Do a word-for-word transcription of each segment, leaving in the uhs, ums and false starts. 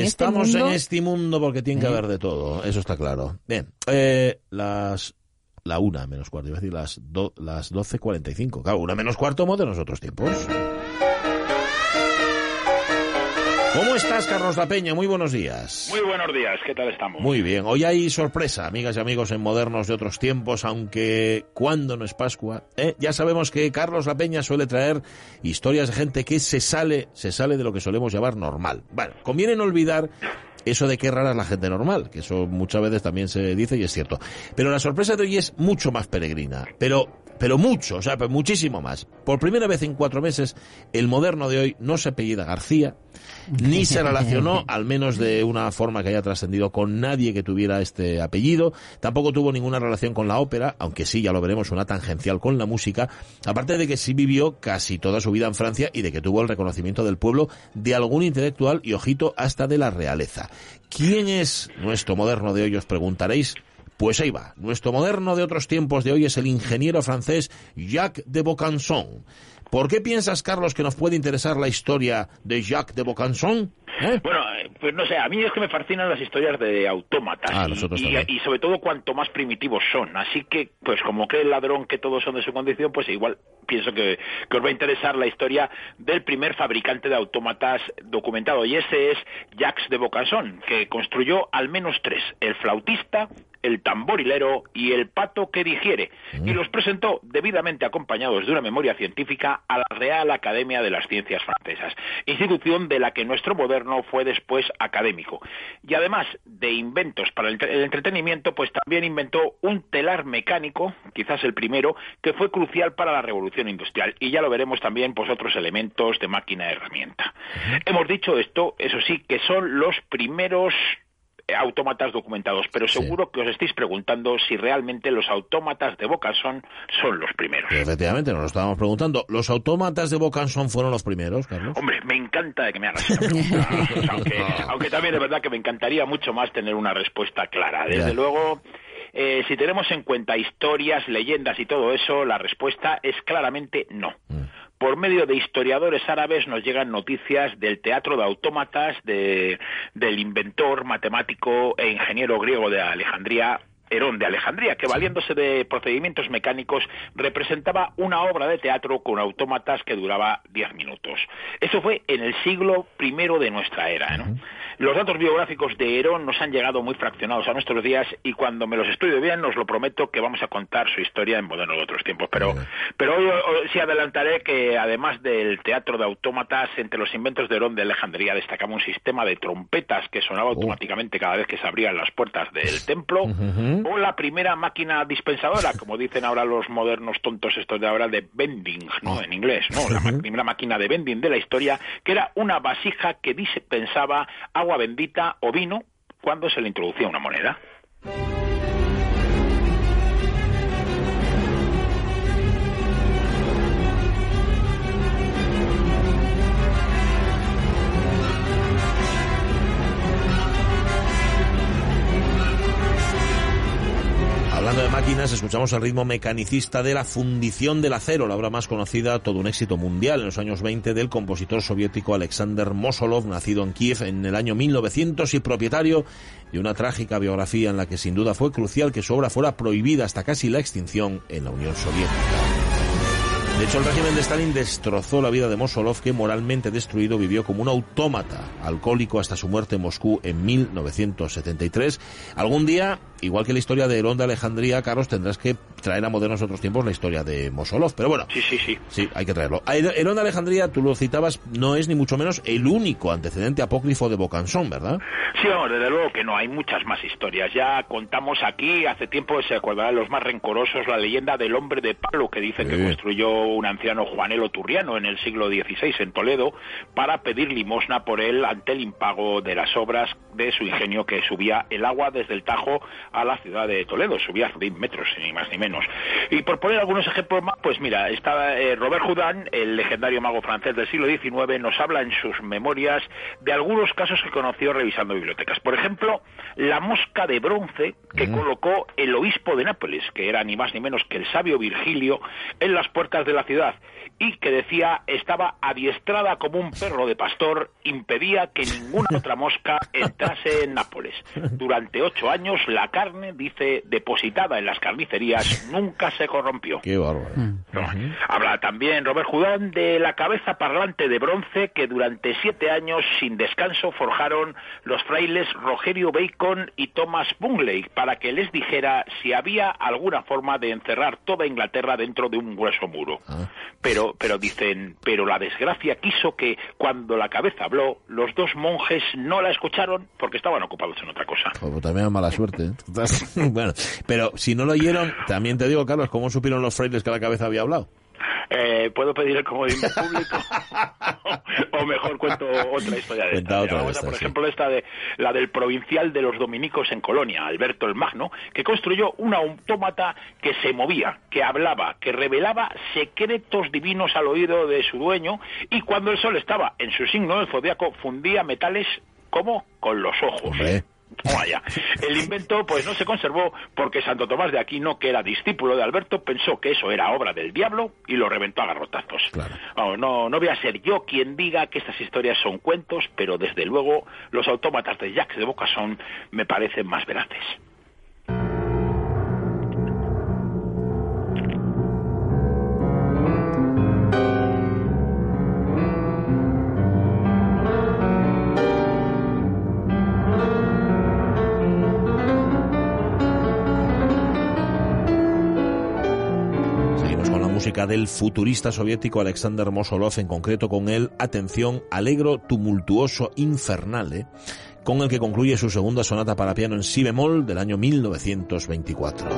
Estamos este mundo. en este mundo porque tiene que ¿Eh? haber de todo, eso está claro. Bien, eh, las... La una menos cuarto, iba a decir las, do, las doce cuarenta y cinco. Claro, una menos cuarto, modernos otros tiempos. ¿Cómo estás, Carlos La Peña? Muy buenos días. Muy buenos días, ¿qué tal estamos? Muy bien, hoy hay sorpresa, amigas y amigos, en Modernos de otros tiempos, aunque cuando no es Pascua, ¿eh? Ya sabemos que Carlos La Peña suele traer historias de gente que se sale, se sale de lo que solemos llamar normal. Bueno, conviene no olvidar eso de qué rara es la gente normal, que eso muchas veces también se dice y es cierto. Pero la sorpresa de hoy es mucho más peregrina, pero pero mucho, o sea, muchísimo más. Por primera vez en cuatro meses, el moderno de hoy no se apellida García, ni se relacionó, al menos de una forma que haya trascendido, con nadie que tuviera este apellido. Tampoco tuvo ninguna relación con la ópera, aunque sí, ya lo veremos, una tangencial con la música. Aparte de que sí vivió casi toda su vida en Francia y de que tuvo el reconocimiento del pueblo, de algún intelectual y, ojito, hasta de la realeza. ¿Quién es nuestro moderno de hoy, os preguntaréis? Pues ahí va. Nuestro moderno de otros tiempos de hoy es el ingeniero francés Jacques de Vaucanson. ¿Por qué piensas, Carlos, que nos puede interesar la historia de Jacques de Vaucanson? ¿Eh? Bueno, pues no sé, a mí es que me fascinan las historias de autómatas ah, y, y, y sobre todo cuanto más primitivos son. Así que, pues como cree el ladrón que todos son de su condición, pues igual pienso que, que os va a interesar la historia del primer fabricante de autómatas documentado, y ese es Jacques de Vaucanson, que construyó al menos tres: el flautista, el tamborilero y el pato que digiere, y los presentó debidamente acompañados de una memoria científica a la Real Academia de las Ciencias Francesas, institución de la que nuestro moderno fue después académico. Y además de inventos para el entretenimiento, pues también inventó un telar mecánico, quizás el primero, que fue crucial para la revolución industrial, y ya lo veremos también pues otros elementos de máquina herramienta. Hemos dicho esto, eso sí, que son los primeros autómatas documentados, pero seguro sí que os estáis preguntando si realmente los autómatas de Vaucanson son los primeros. Efectivamente, nos lo estábamos preguntando. ¿Los autómatas de Vaucanson fueron los primeros, Carlos? Hombre, me encanta que me hagas esta pregunta, aunque, aunque también es verdad que me encantaría mucho más tener una respuesta clara. Desde ya. luego, eh, si tenemos en cuenta historias, leyendas y todo eso, la respuesta es claramente no. Mm. Por medio de historiadores árabes nos llegan noticias del teatro de autómatas de, del inventor, matemático e ingeniero griego de Alejandría, Herón de Alejandría, que valiéndose de procedimientos mecánicos representaba una obra de teatro con autómatas que duraba diez minutos. Eso fue en el siglo primero de nuestra era, ¿no? Uh-huh. Los datos biográficos de Herón nos han llegado muy fraccionados a nuestros días, y cuando me los estudio bien os lo prometo que vamos a contar su historia en moderno de otros tiempos. Pero, uh-huh. pero hoy, hoy sí adelantaré que además del teatro de autómatas, entre los inventos de Herón de Alejandría destacaba un sistema de trompetas que sonaba uh-huh. automáticamente cada vez que se abrían las puertas del templo, uh-huh. o la primera máquina dispensadora, como dicen ahora los modernos tontos estos de ahora, de vending, ¿no? En inglés, ¿no? La ma- primera máquina de vending de la historia, que era una vasija que dispensaba agua bendita o vino cuando se le introducía una moneda. Hablando de máquinas, escuchamos el ritmo mecanicista de La fundición del acero, la obra más conocida, todo un éxito mundial en los años veinte, del compositor soviético Alexander Mosolov, nacido en Kiev en el año mil novecientos y propietario de una trágica biografía en la que sin duda fue crucial que su obra fuera prohibida hasta casi la extinción en la Unión Soviética. De hecho, el régimen de Stalin destrozó la vida de Mosolov, que, moralmente destruido, vivió como un autómata alcohólico hasta su muerte en Moscú en mil novecientos setenta y tres. Algún día, igual que la historia de Herón de Alejandría, Carlos, tendrás que traer a modernos otros tiempos la historia de Mosolov. Pero bueno, sí, sí, sí. Sí, hay que traerlo. Herón de Alejandría, tú lo citabas, no es ni mucho menos el único antecedente apócrifo de Vaucanson, ¿verdad? Sí, vamos, desde luego que no, hay muchas más historias. Ya contamos aquí, hace tiempo, se acordarán los más rencorosos, la leyenda del hombre de palo, que dicen sí. que construyó un anciano Juanelo Turriano en el siglo dieciséis en Toledo para pedir limosna por él ante el impago de las obras de su ingenio, que subía el agua desde el Tajo a la ciudad de Toledo, subía veinte metros, ni más ni menos. Y por poner algunos ejemplos más, pues mira, está eh, Robert Houdin, el legendario mago francés del siglo diecinueve, nos habla en sus memorias de algunos casos que conoció revisando bibliotecas. Por ejemplo, la mosca de bronce que mm. colocó el obispo de Nápoles, que era ni más ni menos que el sabio Virgilio, en las puertas de la ciudad, y que decía estaba adiestrada como un perro de pastor, impedía que ninguna otra mosca entrase en Nápoles. Durante ocho años la carne, dice, depositada en las carnicerías nunca se corrompió. Qué bárbaro. No. Uh-huh. Habla también Robert Houdin de la cabeza parlante de bronce que durante siete años sin descanso forjaron los frailes Rogerio Bacon y Thomas Bungley para que les dijera si había alguna forma de encerrar toda Inglaterra dentro de un grueso muro. Uh-huh. Pero, pero dicen, pero la desgracia quiso que cuando la cabeza habló, los dos monjes no la escucharon porque estaban ocupados en otra cosa. Pues también es mala suerte, ¿eh? Bueno, pero si no lo oyeron, también te digo, Carlos, ¿cómo supieron los frailes que la cabeza había hablado? Eh, ¿Puedo pedir el comodín público? O mejor cuento otra historia de esta. Otra Mira, esta, por sí. ejemplo, esta de la del provincial de los dominicos en Colonia, Alberto el Magno, que construyó un autómata que se movía, que hablaba, que revelaba secretos divinos al oído de su dueño, y cuando el sol estaba en su signo del zodiaco fundía metales como con los ojos. Hombre. Vaya. El invento pues no se conservó porque Santo Tomás de Aquino, que era discípulo de Alberto, pensó que eso era obra del diablo y lo reventó a garrotazos. Claro. Oh, no, no voy a ser yo quien diga que estas historias son cuentos, pero desde luego los autómatas de Jacques de Vaucanson me parecen más veraces. Del futurista soviético Alexander Mosolov, en concreto con el, atención, Allegro tumultuoso infernale, con el que concluye su segunda sonata para piano en si bemol del año mil novecientos veinticuatro.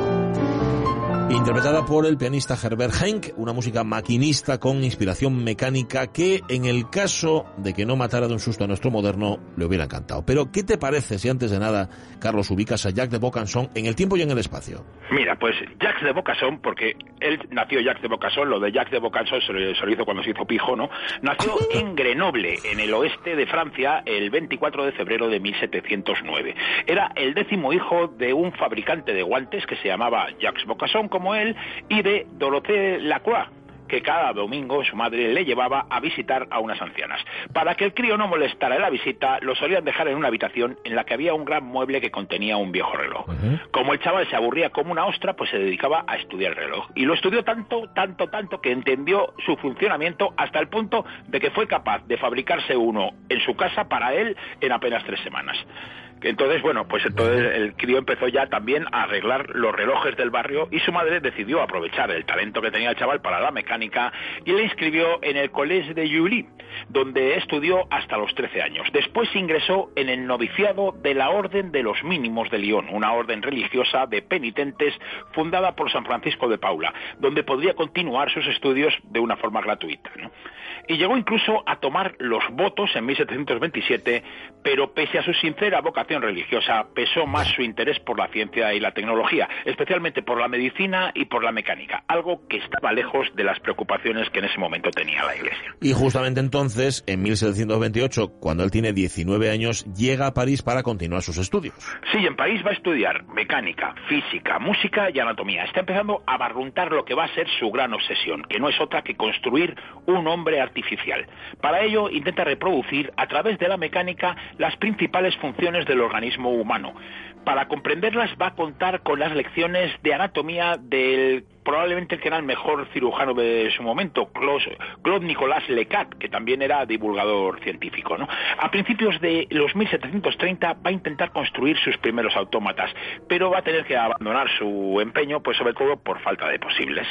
Interpretada por el pianista Herbert Henk, una música maquinista con inspiración mecánica que, en el caso de que no matara de un susto a nuestro moderno, le hubiera encantado. Pero, ¿qué te parece si antes de nada, Carlos, ubicas a Jacques de Vaucanson en el tiempo y en el espacio? Mira, pues Jacques de Vaucanson, porque él nació Jacques de Vaucanson, lo de Jacques de Vaucanson se lo, se lo hizo cuando se hizo pijo, ¿no? Nació en Grenoble, en el oeste de Francia, el veinticuatro de febrero de mil setecientos nueve. Era el décimo hijo de un fabricante de guantes que se llamaba Jacques Vaucanson, como él, y de Dorothée Lacroix, que cada domingo su madre le llevaba a visitar a unas ancianas. Para que el crío no molestara en la visita, lo solían dejar en una habitación en la que había un gran mueble que contenía un viejo reloj. Uh-huh. Como el chaval se aburría como una ostra, pues se dedicaba a estudiar el reloj. Y lo estudió tanto, tanto, tanto, que entendió su funcionamiento hasta el punto de que fue capaz de fabricarse uno en su casa para él en apenas tres semanas. Entonces, bueno, pues entonces el crío empezó ya también a arreglar los relojes del barrio y su madre decidió aprovechar el talento que tenía el chaval para la mecánica y le inscribió en el Collège de Juilly, donde estudió hasta los trece años. Después ingresó en el noviciado de la Orden de los Mínimos de Lyon, una orden religiosa de penitentes fundada por San Francisco de Paula, donde podría continuar sus estudios de una forma gratuita, ¿no? Y llegó incluso a tomar los votos en mil setecientos veintisiete, pero pese a su sincera vocación religiosa, pesó más su interés por la ciencia y la tecnología, especialmente por la medicina y por la mecánica, algo que estaba lejos de las preocupaciones que en ese momento tenía la Iglesia. Y justamente entonces, en mil setecientos veintiocho, cuando él tiene diecinueve años, llega a París para continuar sus estudios. Sí, en París va a estudiar mecánica, física, música y anatomía. Está empezando a barruntar lo que va a ser su gran obsesión, que no es otra que construir un hombre artificial. Para ello, intenta reproducir a través de la mecánica las principales funciones del organismo humano. Para comprenderlas va a contar con las lecciones de anatomía del probablemente el que era el mejor cirujano de su momento, Claude, Claude Nicolas Lecat, que también era divulgador científico, ¿no? A principios de los mil setecientos treinta va a intentar construir sus primeros autómatas, pero va a tener que abandonar su empeño, pues sobre todo por falta de posibles.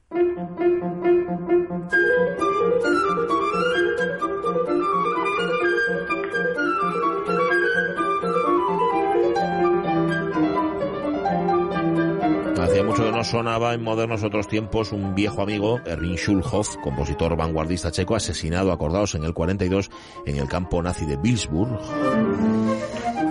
Hacía mucho que no sonaba en modernos otros tiempos un viejo amigo, Erwin Schulhoff, compositor vanguardista checo, asesinado, acordaos, en el cuarenta y dos en el campo nazi de Wilsburg.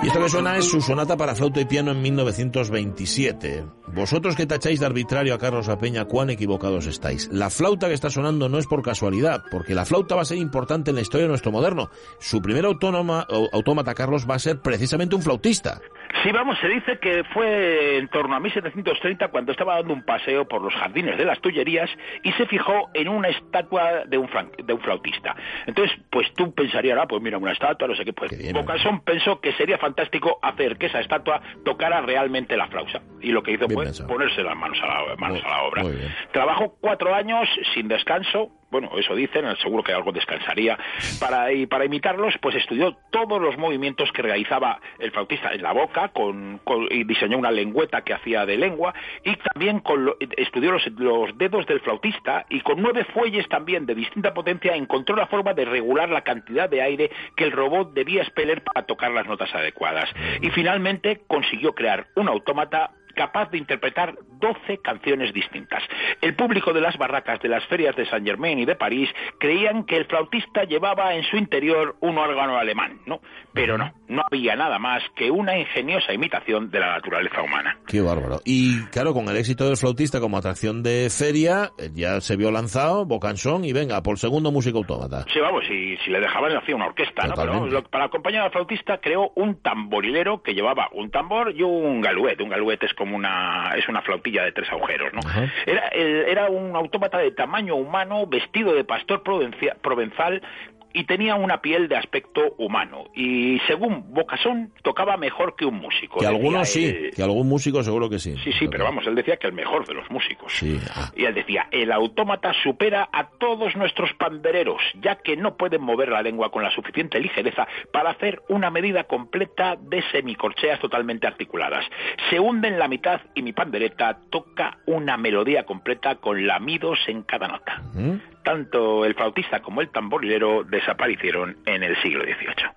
Y esto que suena es su sonata para flauta y piano en mil novecientos veintisiete. Vosotros que tacháis de arbitrario a Carlos La Peña, cuán equivocados estáis. La flauta que está sonando no es por casualidad, porque la flauta va a ser importante en la historia de nuestro moderno. Su primer autónoma, autómata, Carlos, va a ser precisamente un flautista. Sí, vamos, se dice que fue en torno a mil setecientos treinta cuando estaba dando un paseo por los jardines de las Tullerías y se fijó en una estatua de un, de un flautista. Entonces, pues tú pensarías, ah, pues mira, una estatua, no sé qué, pues Bocasson pensó que sería fantástico hacer que esa estatua tocara realmente la flauta. Y lo que hizo fue ponerse las manos a la, manos muy, a la obra. Trabajó cuatro años sin descanso. Bueno, eso dicen, seguro que algo descansaría. Para, y para imitarlos, pues estudió todos los movimientos que realizaba el flautista en la boca, con, con, y diseñó una lengüeta que hacía de lengua, y también con lo, estudió los, los dedos del flautista, y con nueve fuelles también de distinta potencia encontró la forma de regular la cantidad de aire que el robot debía expeler para tocar las notas adecuadas. Y finalmente consiguió crear un autómata capaz de interpretar doce canciones distintas. El público de las barracas de las ferias de Saint Germain y de París creían que el flautista llevaba en su interior un órgano alemán, ¿no? Pero no, no había nada más que una ingeniosa imitación de la naturaleza humana. Qué bárbaro. Y claro, con el éxito del flautista como atracción de feria, ya se vio lanzado Bocasson y venga, por segundo músico autómata. Sí, vamos, y si le dejaban hacía una orquesta, ¿no? Pero vamos, para acompañar al flautista creó un tamborilero que llevaba un tambor y un galuet. Un galuet es como una es una flautilla de tres agujeros, ¿no? Uh-huh. Era, era un autómata de tamaño humano, vestido de pastor provenzal, y tenía una piel de aspecto humano. Y según Bocasson, tocaba mejor que un músico. Que algunos sí, él... que algún músico seguro que sí. Sí, sí, pero vamos, él decía que el mejor de los músicos. Sí. Ah. Y él decía, el autómata supera a todos nuestros pandereros, ya que no pueden mover la lengua con la suficiente ligereza para hacer una medida completa de semicorcheas totalmente articuladas. Se hunde en la mitad y mi pandereta toca una melodía completa con lamidos en cada nota. Uh-huh. Tanto el flautista como el tamborilero desaparecieron en el siglo dieciocho.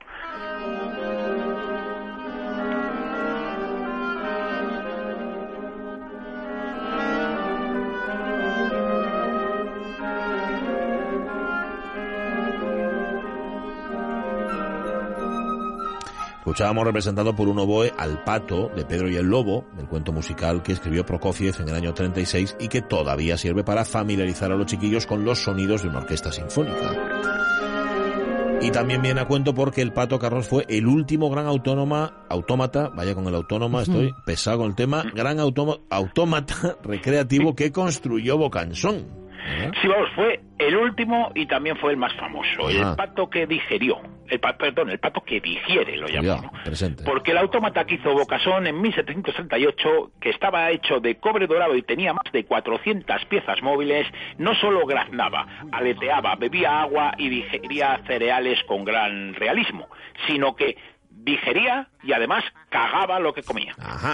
Escuchábamos representado por un oboe al Pato de Pedro y el Lobo, del cuento musical que escribió Prokofiev en el año treinta y seis y que todavía sirve para familiarizar a los chiquillos con los sonidos de una orquesta sinfónica. Y también viene a cuento porque el Pato, Carlos, fue el último gran autónoma, autómata, vaya con el autónoma, estoy pesado con el tema, gran autóma, autómata recreativo que construyó Bocasson. ¿Eh? Sí, vamos, fue el último y también fue el más famoso. Ajá. El pato que digerió, el pa, perdón, el pato que digiere, lo llamamos. ¿No? Porque el autómata que hizo Bocasson en mil setecientos treinta y ocho, que estaba hecho de cobre dorado y tenía más de cuatrocientas piezas móviles, no solo graznaba, aleteaba, bebía agua y digería cereales con gran realismo, sino que digería y además cagaba lo que comía. Ajá.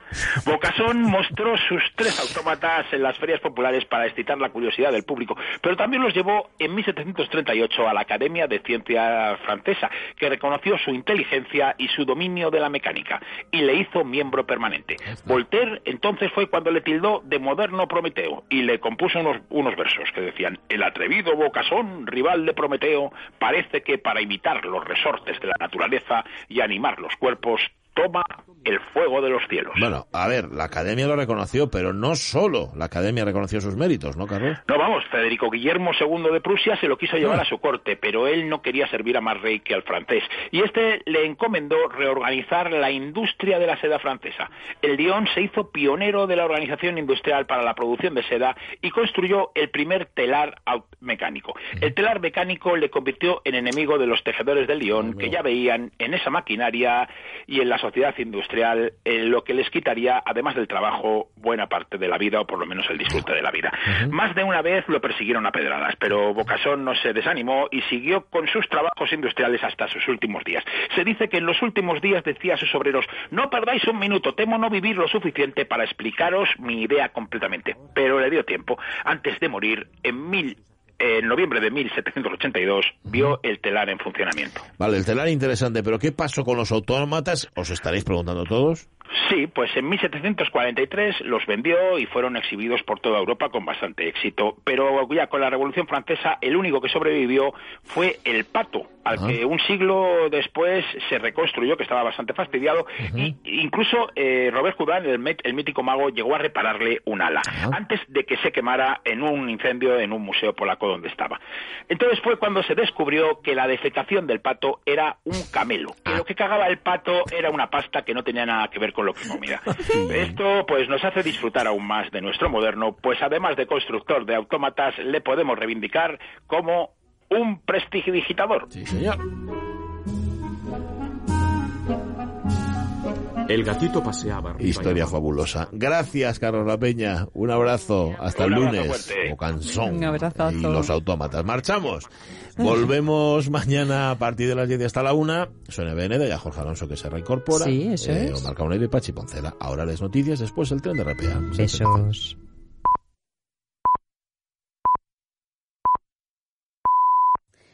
Bocasson mostró sus tres autómatas en las ferias populares para excitar la curiosidad del público, pero también los llevó en mil setecientos treinta y ocho a la Academia de Ciencia francesa, que reconoció su inteligencia y su dominio de la mecánica, y le hizo miembro permanente. Voltaire entonces fue cuando le tildó de moderno Prometeo, y le compuso unos, unos versos que decían: el atrevido Bocasson, rival de Prometeo, parece que para imitar los resortes de la naturaleza y animar los cuerpos, toma el fuego de los cielos. Bueno, a ver, la Academia lo reconoció, pero no solo la Academia reconoció sus méritos, ¿no, Carlos? No, vamos, Federico Guillermo segundo de Prusia se lo quiso llevar ah. a su corte, pero él no quería servir a más rey que al francés, y este le encomendó reorganizar la industria de la seda francesa. El Lion se hizo pionero de la organización industrial para la producción de seda y construyó el primer telar mecánico. El telar mecánico le convirtió en enemigo de los tejedores del Lion, no. que ya veían en esa maquinaria y en la sociedad industrial eh, lo que les quitaría, además del trabajo, buena parte de la vida, o por lo menos el disfrute de la vida. Uh-huh. Más de una vez lo persiguieron a pedradas, pero Bocasson no se desanimó y siguió con sus trabajos industriales hasta sus últimos días. Se dice que en los últimos días decía a sus obreros: no perdáis un minuto, temo no vivir lo suficiente para explicaros mi idea completamente. Pero le dio tiempo. Antes de morir, en mil En noviembre de mil setecientos ochenta y dos vio el telar en funcionamiento. Vale, el telar interesante, pero ¿qué pasó con los autómatas? ¿Os estaréis preguntando todos? Sí, pues en mil setecientos cuarenta y tres los vendió y fueron exhibidos por toda Europa con bastante éxito. Pero ya con la Revolución Francesa, el único que sobrevivió fue el pato, al ah. que un siglo después se reconstruyó, que estaba bastante fastidiado, uh-huh. y incluso eh, Robert Houdin, el, el mítico mago, llegó a repararle un ala, uh-huh. antes de que se quemara en un incendio en un museo polaco donde estaba. Entonces fue cuando se descubrió que la defecación del pato era un camelo, que lo que cagaba el pato era una pasta que no tenía nada que ver con lo que comía. Esto pues nos hace disfrutar aún más de nuestro moderno, pues además de constructor de autómatas, le podemos reivindicar como un prestidigitador. Sí, señor. El gatito paseaba. Historia fabulosa. Gracias, Carlos La Peña. Un abrazo. Hasta el lunes. O Canzón. Un abrazo a y todos. Los autómatas. Marchamos. Volvemos mañana a partir de las diez hasta la una. Sonia Beneda y a Jorge Alonso, que se reincorpora. Sí, eso eh, es. Omar Camonero y Pachi Poncela. Ahora las noticias, después el tren de R P A. Besos.